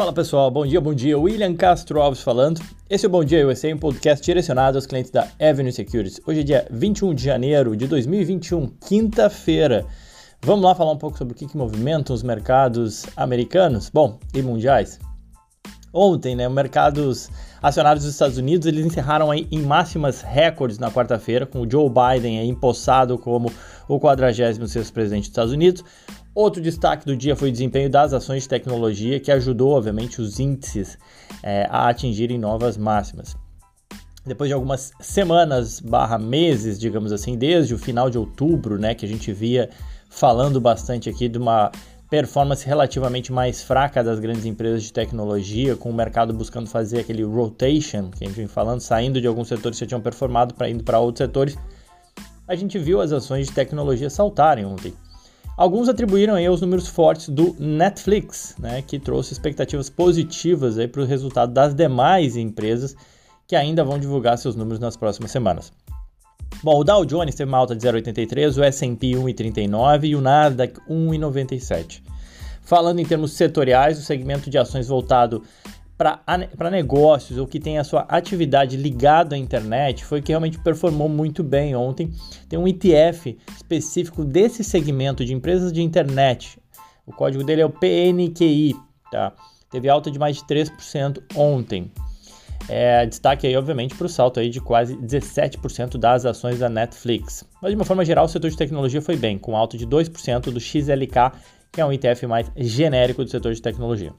Fala pessoal, bom dia, William Castro Alves falando. Esse é o Bom Dia USA, um podcast direcionado aos clientes da Avenue Securities. Hoje é dia 21 de janeiro de 2021, quinta-feira. Vamos lá falar um pouco sobre o que movimenta os mercados americanos, e mundiais. Ontem, mercados acionários dos Estados Unidos, eles encerraram aí em máximas recordes na quarta-feira, com o Joe Biden aí empossado como o 46º presidente dos Estados Unidos. Outro destaque do dia foi o desempenho das ações de tecnologia, que ajudou, obviamente, os índices a atingirem novas máximas. Depois de algumas semanas / meses, digamos assim, desde o final de outubro, que a gente via falando bastante aqui de uma performance relativamente mais fraca das grandes empresas de tecnologia, com o mercado buscando fazer aquele rotation, que a gente vem falando, saindo de alguns setores que já tinham performado para indo para outros setores, a gente viu as ações de tecnologia saltarem ontem. Alguns atribuíram aí aos números fortes do Netflix, que trouxe expectativas positivas para o resultado das demais empresas que ainda vão divulgar seus números nas próximas semanas. O Dow Jones teve uma alta de 0,83, o S&P 1,39 e o Nasdaq 1,97. Falando em termos setoriais, o segmento de ações voltado para negócios ou que tem a sua atividade ligada à internet foi que realmente performou muito bem ontem. Tem um ETF específico desse segmento de empresas de internet. O código dele é o PNQI. Tá? Teve alta de mais de 3% ontem. Destaque aí, obviamente, para o salto aí de quase 17% das ações da Netflix. Mas, de uma forma geral, o setor de tecnologia foi bem, com alta de 2% do XLK, que é um ETF mais genérico do setor de tecnologia.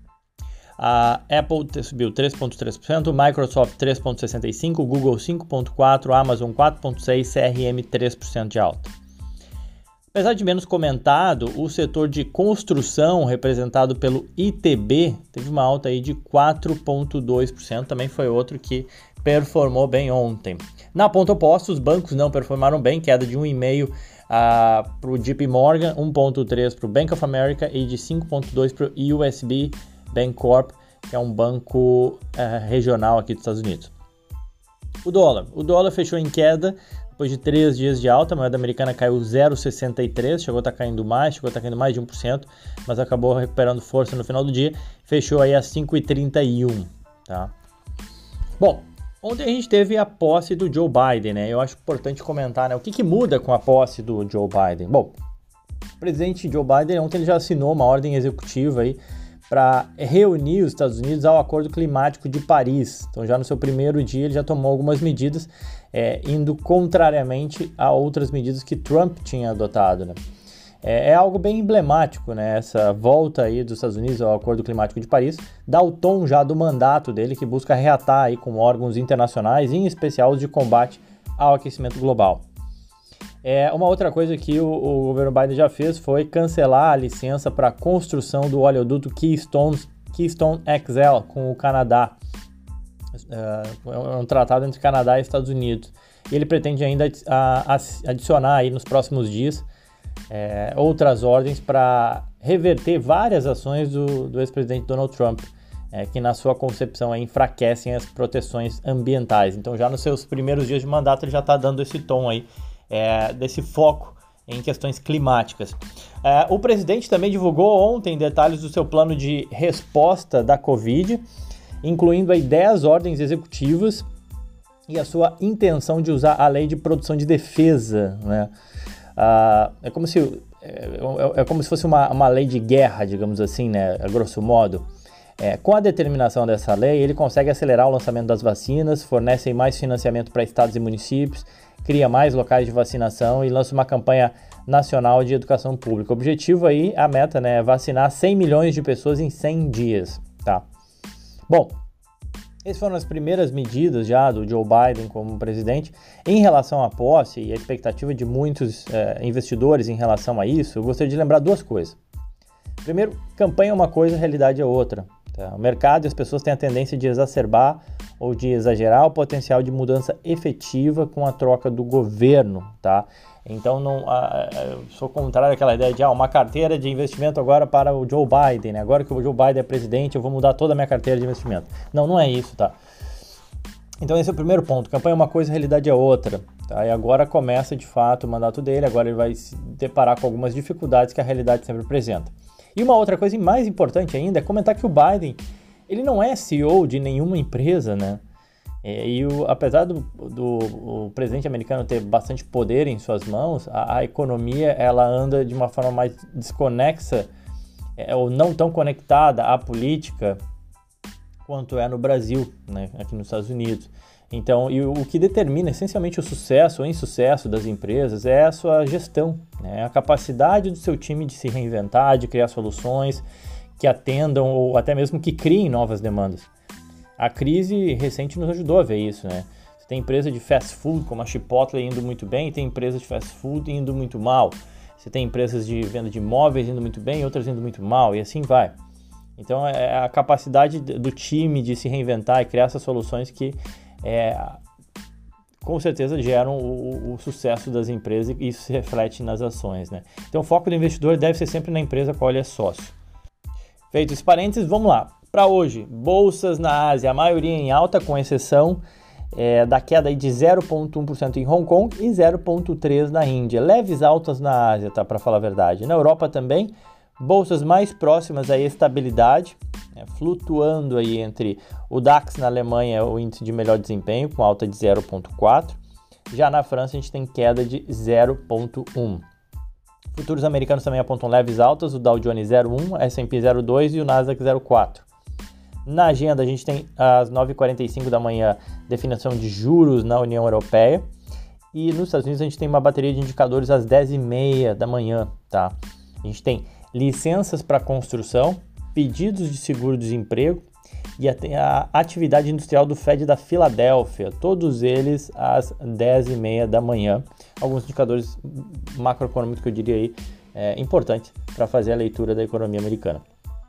A Apple subiu 3,3%, Microsoft 3,65%, Google 5,4%, Amazon 4,6%, CRM 3% de alta. Apesar de menos comentado, o setor de construção, representado pelo ITB, teve uma alta aí de 4,2%, também foi outro que performou bem ontem. Na ponta oposta, os bancos não performaram bem, queda de 1,5% para o JP Morgan, 1,3% para o Bank of America e de 5,2% para o USB Bancorp, que é um banco regional aqui dos Estados Unidos. O dólar fechou em queda depois de 3 dias de alta. A moeda americana caiu 0,63, chegou a estar caindo mais de 1%, mas acabou recuperando força no final do dia, fechou aí a 5,31, tá? Ontem a gente teve a posse do Joe Biden, Eu acho importante comentar, o que muda com a posse do Joe Biden? O presidente Joe Biden ontem ele já assinou uma ordem executiva aí para reunir os Estados Unidos ao Acordo Climático de Paris. Então, já no seu primeiro dia, ele já tomou algumas medidas, indo contrariamente a outras medidas que Trump tinha adotado. É algo bem emblemático, essa volta aí dos Estados Unidos ao Acordo Climático de Paris, dá o tom já do mandato dele, que busca reatar aí com órgãos internacionais, em especial os de combate ao aquecimento global. Uma outra coisa que o governo Biden já fez foi cancelar a licença para a construção do oleoduto Keystone XL com o Canadá. É um tratado entre Canadá e Estados Unidos. E ele pretende ainda adicionar aí nos próximos dias outras ordens para reverter várias ações do ex-presidente Donald Trump, que na sua concepção enfraquecem as proteções ambientais. Então já nos seus primeiros dias de mandato ele já está dando esse tom aí, desse foco em questões climáticas. O presidente também divulgou ontem detalhes do seu plano de resposta da Covid, incluindo aí 10 ordens executivas e a sua intenção de usar a lei de produção de defesa. É como se fosse uma lei de guerra, digamos assim, a grosso modo. Com a determinação dessa lei, ele consegue acelerar o lançamento das vacinas, fornece mais financiamento para estados e municípios, cria mais locais de vacinação e lança uma campanha nacional de educação pública. O objetivo aí, a meta, é vacinar 100 milhões de pessoas em 100 dias, tá? Essas foram as primeiras medidas já do Joe Biden como presidente. Em relação à posse e a expectativa de muitos investidores em relação a isso, eu gostaria de lembrar duas coisas. Primeiro, campanha é uma coisa, realidade é outra. O mercado e as pessoas têm a tendência de exacerbar ou de exagerar o potencial de mudança efetiva com a troca do governo, tá? Então, eu sou contrário àquela ideia de uma carteira de investimento agora para o Joe Biden, Agora que o Joe Biden é presidente, eu vou mudar toda a minha carteira de investimento. Não é isso, tá? Então, esse é o primeiro ponto. Campanha é uma coisa, realidade é outra, tá? E agora começa, de fato, o mandato dele, agora ele vai se deparar com algumas dificuldades que a realidade sempre apresenta. E uma outra coisa mais importante ainda é comentar que o Biden, ele não é CEO de nenhuma empresa, né? Apesar do presidente americano ter bastante poder em suas mãos, a economia ela anda de uma forma mais desconexa ou não tão conectada à política quanto é no Brasil, né, aqui nos Estados Unidos. Então, o que determina essencialmente o sucesso ou insucesso das empresas é a sua gestão, né, a capacidade do seu time de se reinventar, de criar soluções que atendam ou até mesmo que criem novas demandas. A crise recente nos ajudou a ver isso, né? Você tem empresa de fast food como a Chipotle indo muito bem e tem empresa de fast food indo muito mal. Você tem empresas de venda de imóveis indo muito bem e outras indo muito mal e assim vai. Então é a capacidade do time de se reinventar e criar essas soluções que com certeza geram o sucesso das empresas e isso se reflete nas ações, né? Então o foco do investidor deve ser sempre na empresa a qual ele é sócio. Feito esse parênteses, vamos lá. Para hoje, bolsas na Ásia, a maioria em alta, com exceção da queda de 0,1% em Hong Kong e 0,3% na Índia. Leves altas na Ásia, tá, para falar a verdade. Na Europa também, bolsas mais próximas à estabilidade, flutuando aí entre o DAX na Alemanha, o índice de melhor desempenho, com alta de 0,4%. Já na França, a gente tem queda de 0,1%. Futuros americanos também apontam leves altas, o Dow Jones 0,1%, S&P 0,2% e o Nasdaq 0,4%. Na agenda, a gente tem às 9h45 da manhã definição de juros na União Europeia e nos Estados Unidos a gente tem uma bateria de indicadores às 10h30 da manhã, tá? A gente tem licenças para construção, pedidos de seguro-desemprego e a atividade industrial do Fed da Filadélfia, todos eles às 10h30 da manhã. Alguns indicadores macroeconômicos que eu diria aí importantes para fazer a leitura da economia americana.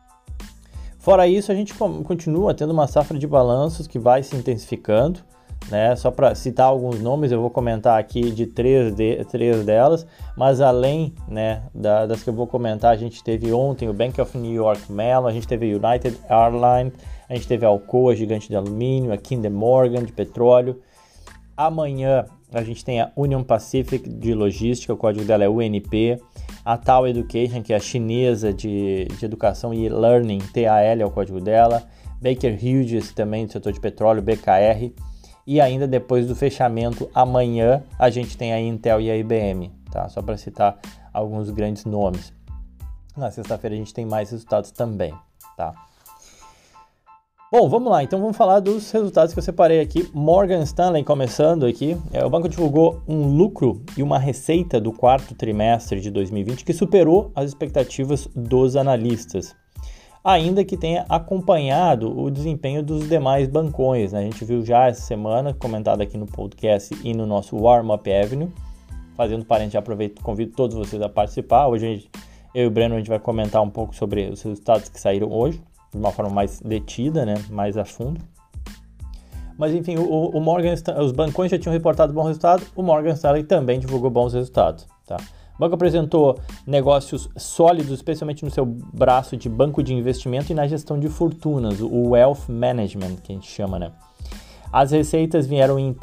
Fora isso, a gente continua tendo uma safra de balanços que vai se intensificando, né? Só para citar alguns nomes, eu vou comentar aqui de três delas, mas além, né, das que eu vou comentar, a gente teve ontem o Bank of New York Mellon, a gente teve a United Airlines, a gente teve a Alcoa, gigante de alumínio, a Kinder Morgan, de petróleo. Amanhã a gente tem a Union Pacific de logística, o código dela é UNP, a Tao Education, que é a chinesa de educação e learning, TAL é o código dela, Baker Hughes também do setor de petróleo, BKR, e ainda depois do fechamento amanhã a gente tem a Intel e a IBM, tá? Só para citar alguns grandes nomes. Na sexta-feira a gente tem mais resultados também, tá? Bom, vamos lá, então vamos falar dos resultados que eu separei aqui. Morgan Stanley, começando aqui, o banco divulgou um lucro e uma receita do quarto trimestre de 2020 que superou as expectativas dos analistas, ainda que tenha acompanhado o desempenho dos demais bancões, né? A gente viu já essa semana, comentado aqui no podcast e no nosso Warm Up Avenue. Fazendo parênteses, já aproveito, convido todos vocês a participar. Hoje eu e o Breno a gente vai comentar um pouco sobre os resultados que saíram hoje, de uma forma mais detida, né, mais a fundo. Mas enfim, os bancões já tinham reportado bom resultado, o Morgan Stanley também divulgou bons resultados, tá? O banco apresentou negócios sólidos, especialmente no seu braço de banco de investimento e na gestão de fortunas, o Wealth Management, que a gente chama, né? As receitas vieram em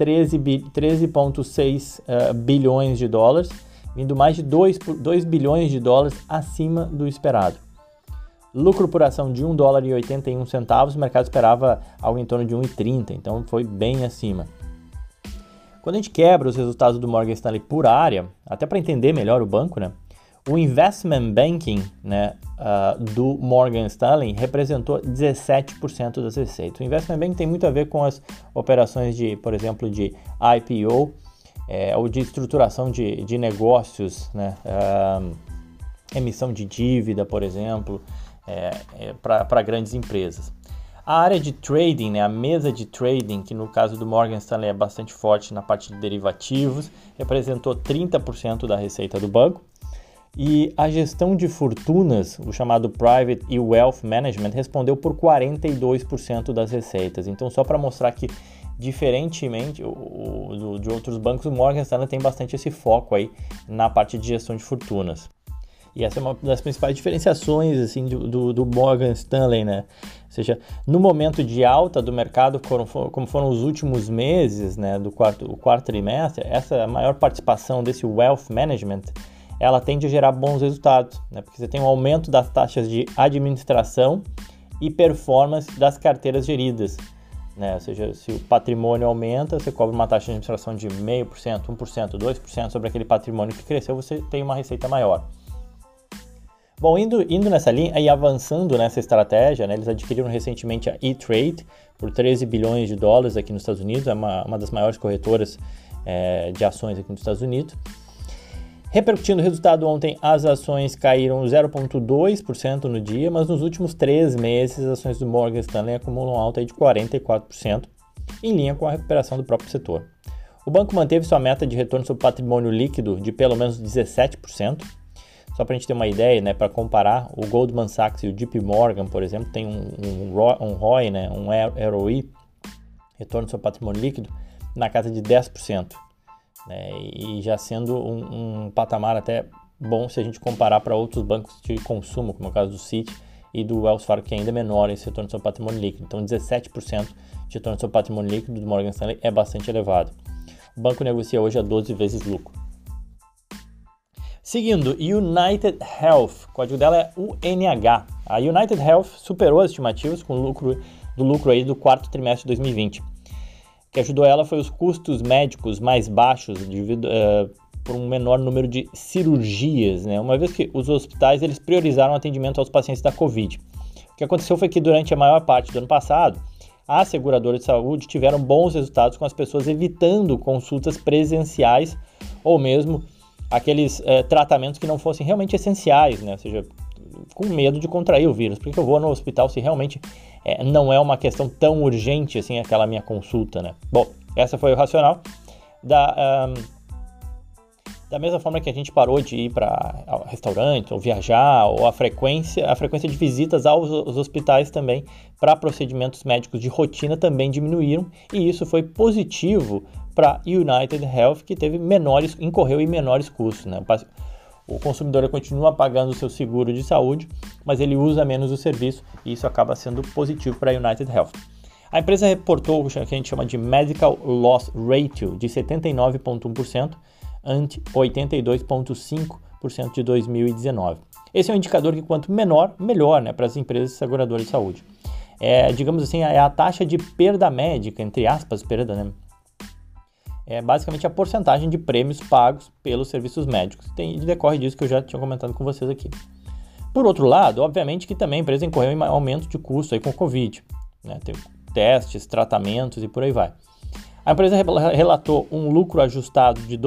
13,6 bilhões de dólares, vindo mais de 2 bilhões de dólares acima do esperado. Lucro por ação de $1,81, o mercado esperava algo em torno de 1,30, então foi bem acima. Quando a gente quebra os resultados do Morgan Stanley por área, até para entender melhor o banco, né, o Investment Banking, né, do Morgan Stanley representou 17% das receitas. O Investment Banking tem muito a ver com as operações de, por exemplo, de IPO, ou de estruturação de negócios, né, emissão de dívida, por exemplo, para grandes empresas. A área de trading, né, a mesa de trading, que no caso do Morgan Stanley é bastante forte na parte de derivativos, representou 30% da receita do banco. E a gestão de fortunas, o chamado Private e Wealth Management, respondeu por 42% das receitas. Então, só para mostrar que, diferentemente de outros bancos, o Morgan Stanley tem bastante esse foco aí na parte de gestão de fortunas. E essa é uma das principais diferenciações assim, do Morgan Stanley, né? Ou seja, no momento de alta do mercado, como foram os últimos meses, né, o quarto trimestre, essa maior participação desse Wealth Management ela tende a gerar bons resultados, né? Porque você tem um aumento das taxas de administração e performance das carteiras geridas, né? Ou seja, se o patrimônio aumenta, você cobra uma taxa de administração de 0,5%, 1%, 2% sobre aquele patrimônio que cresceu, você tem uma receita maior. Bom, indo nessa linha e avançando nessa estratégia, né, eles adquiriram recentemente a E-Trade por 13 bilhões de dólares aqui nos Estados Unidos, é uma das maiores corretoras de ações aqui nos Estados Unidos. Repercutindo o resultado ontem, as ações caíram 0,2% no dia, mas nos últimos 3 meses as ações do Morgan Stanley acumulam alta de 44%, em linha com a recuperação do próprio setor. O banco manteve sua meta de retorno sobre patrimônio líquido de pelo menos 17%. Só para a gente ter uma ideia, né, para comparar, o Goldman Sachs e o JP Morgan, por exemplo, tem um ROI, né, um ROE, retorno sobre patrimônio líquido, na casa de 10%. Né, e já sendo um patamar até bom se a gente comparar para outros bancos de consumo, como é o caso do Citi e do Wells Fargo, que é ainda menor esse retorno sobre patrimônio líquido. Então, 17% de retorno sobre patrimônio líquido do Morgan Stanley é bastante elevado. O banco negocia hoje a 12 vezes lucro. Seguindo, United Health, o código dela é UNH. A United Health superou as estimativas com do lucro aí do quarto trimestre de 2020. O que ajudou ela foi os custos médicos mais baixos devido por um menor número de cirurgias, né? Uma vez que os hospitais eles priorizaram o atendimento aos pacientes da Covid. O que aconteceu foi que durante a maior parte do ano passado, as seguradoras de saúde tiveram bons resultados com as pessoas evitando consultas presenciais ou mesmo aqueles tratamentos que não fossem realmente essenciais, né? Ou seja, com medo de contrair o vírus. Por que eu vou no hospital se realmente não é uma questão tão urgente assim aquela minha consulta, né? Bom, essa foi o racional. Da mesma forma que a gente parou de ir para restaurante ou viajar, ou a frequência de visitas aos hospitais também para procedimentos médicos de rotina também diminuíram, e isso foi positivo para United Health, que incorreu em menores custos, né? O consumidor continua pagando o seu seguro de saúde, mas ele usa menos o serviço e isso acaba sendo positivo para a United Health. A empresa reportou o que a gente chama de Medical Loss Ratio de 79,1% ante 82,5% de 2019. Esse é um indicador que quanto menor, melhor, né, para as empresas seguradoras de saúde. Digamos assim, é a taxa de perda médica, entre aspas, perda, né? É basicamente a porcentagem de prêmios pagos pelos serviços médicos. Decorre disso que eu já tinha comentado com vocês aqui. Por outro lado, obviamente que também a empresa incorreu em aumento de custo aí com o Covid, né? Tem testes, tratamentos e por aí vai. A empresa relatou um lucro ajustado de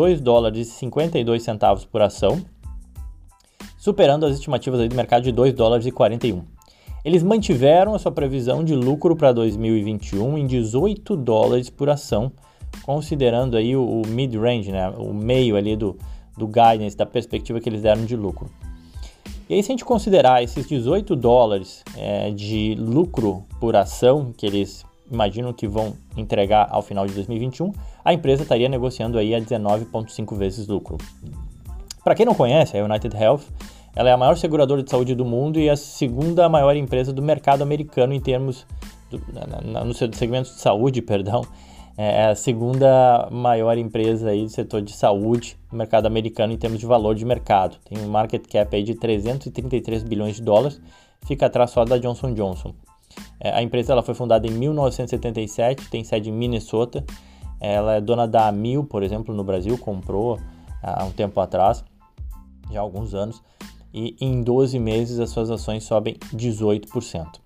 $2,52 por ação, superando as estimativas aí do mercado de $2,41. Eles mantiveram a sua previsão de lucro para 2021 em $18 por ação, considerando aí o mid-range, né, o meio ali do guidance, da perspectiva que eles deram de lucro. E aí, se a gente considerar esses $18 de lucro por ação que eles imaginam que vão entregar ao final de 2021, a empresa estaria negociando aí a 19,5 vezes lucro. Para quem não conhece, a United Health, ela é a maior seguradora de saúde do mundo e a segunda maior empresa do mercado americano em termos, no seu segmento de saúde, é a segunda maior empresa aí do setor de saúde no mercado americano em termos de valor de mercado. Tem um market cap aí de 333 bilhões de dólares, fica atrás só da Johnson & Johnson. A empresa ela foi fundada em 1977, tem sede em Minnesota. Ela é dona da Amil, por exemplo, no Brasil, comprou há um tempo atrás, já há alguns anos, e em 12 meses as suas ações sobem 18%.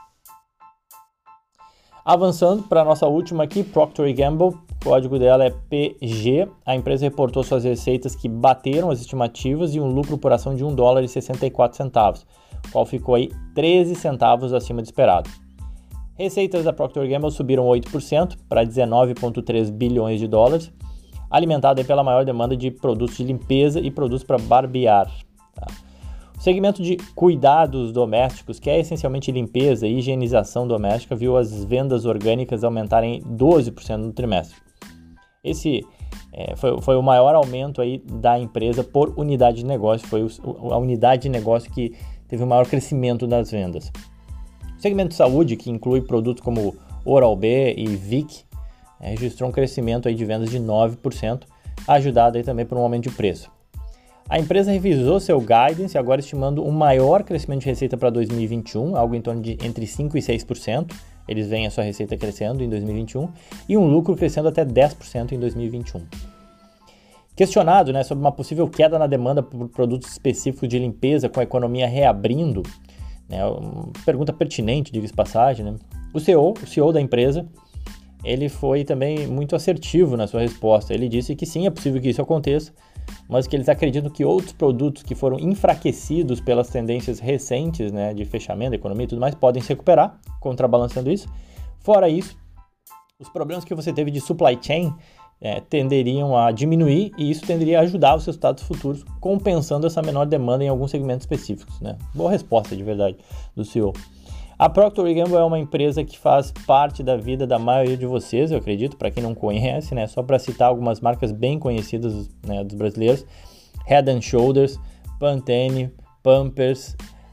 Avançando para a nossa última aqui, Procter & Gamble, o código dela é PG. A empresa reportou suas receitas que bateram as estimativas e um lucro por ação de $1,64, qual ficou aí 13 centavos acima do esperado. Receitas da Procter & Gamble subiram 8% para 19,3 bilhões de dólares, alimentada pela maior demanda de produtos de limpeza e produtos para barbear. Tá? O segmento de cuidados domésticos, que é essencialmente limpeza e higienização doméstica, viu as vendas orgânicas aumentarem 12% no trimestre. Esse foi o maior aumento aí da empresa por unidade de negócio, foi a unidade de negócio que teve o maior crescimento das vendas. O segmento de saúde, que inclui produtos como Oral-B e Vic, registrou um crescimento aí de vendas de 9%, ajudado aí também por um aumento de preço. A empresa revisou seu guidance, agora estimando um maior crescimento de receita para 2021, algo em torno de entre 5% e 6%. Eles veem a sua receita crescendo em 2021 e um lucro crescendo até 10% em 2021. Questionado, né, sobre uma possível queda na demanda por produtos específicos de limpeza com a economia reabrindo, né, uma pergunta pertinente, diga-se passagem, né? O CEO da empresa, ele foi também muito assertivo na sua resposta. Ele disse que sim, é possível que isso aconteça, mas que eles acreditam que outros produtos que foram enfraquecidos pelas tendências recentes, né, de fechamento da economia e tudo mais, podem se recuperar, contrabalançando isso. Fora isso, os problemas que você teve de supply chain tenderiam a diminuir e isso tenderia a ajudar os resultados futuros, compensando essa menor demanda em alguns segmentos específicos, né? Boa resposta, de verdade, do CEO. A Procter & Gamble é uma empresa que faz parte da vida da maioria de vocês, eu acredito, para quem não conhece, né? Só para citar algumas marcas bem conhecidas, né, dos brasileiros: Head & Shoulders, Pantene, Pampers,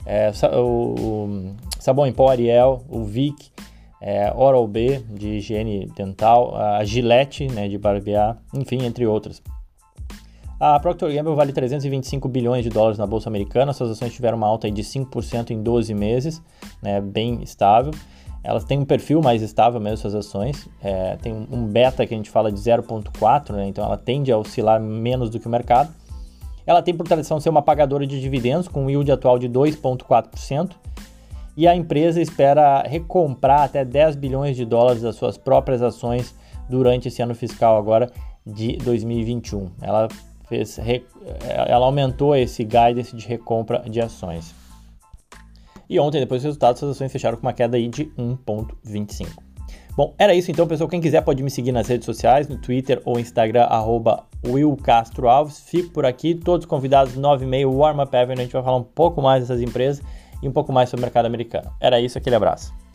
o sabão em pó Ariel, o Vic, Oral-B de higiene dental, a Gillette, né, de barbear, enfim, entre outras. A Procter & Gamble vale 325 bilhões de dólares na bolsa americana, suas ações tiveram uma alta aí de 5% em 12 meses, né, bem estável. Elas têm um perfil mais estável mesmo, suas ações, tem um beta que a gente fala de 0,4, né, então ela tende a oscilar menos do que o mercado. Ela tem por tradição ser uma pagadora de dividendos, com um yield atual de 2,4%, e a empresa espera recomprar até 10 bilhões de dólares das suas próprias ações durante esse ano fiscal agora de 2021. Ela aumentou esse guidance de recompra de ações. E ontem, depois dos resultados, as ações fecharam com uma queda aí de 1,25. Bom, era isso então, pessoal. Quem quiser pode me seguir nas redes sociais, no Twitter ou Instagram, @WillCastroAlves. Fico por aqui, todos convidados, 9h30, Warm Up Avenue. A gente vai falar um pouco mais dessas empresas e um pouco mais sobre o mercado americano. Era isso, aquele abraço.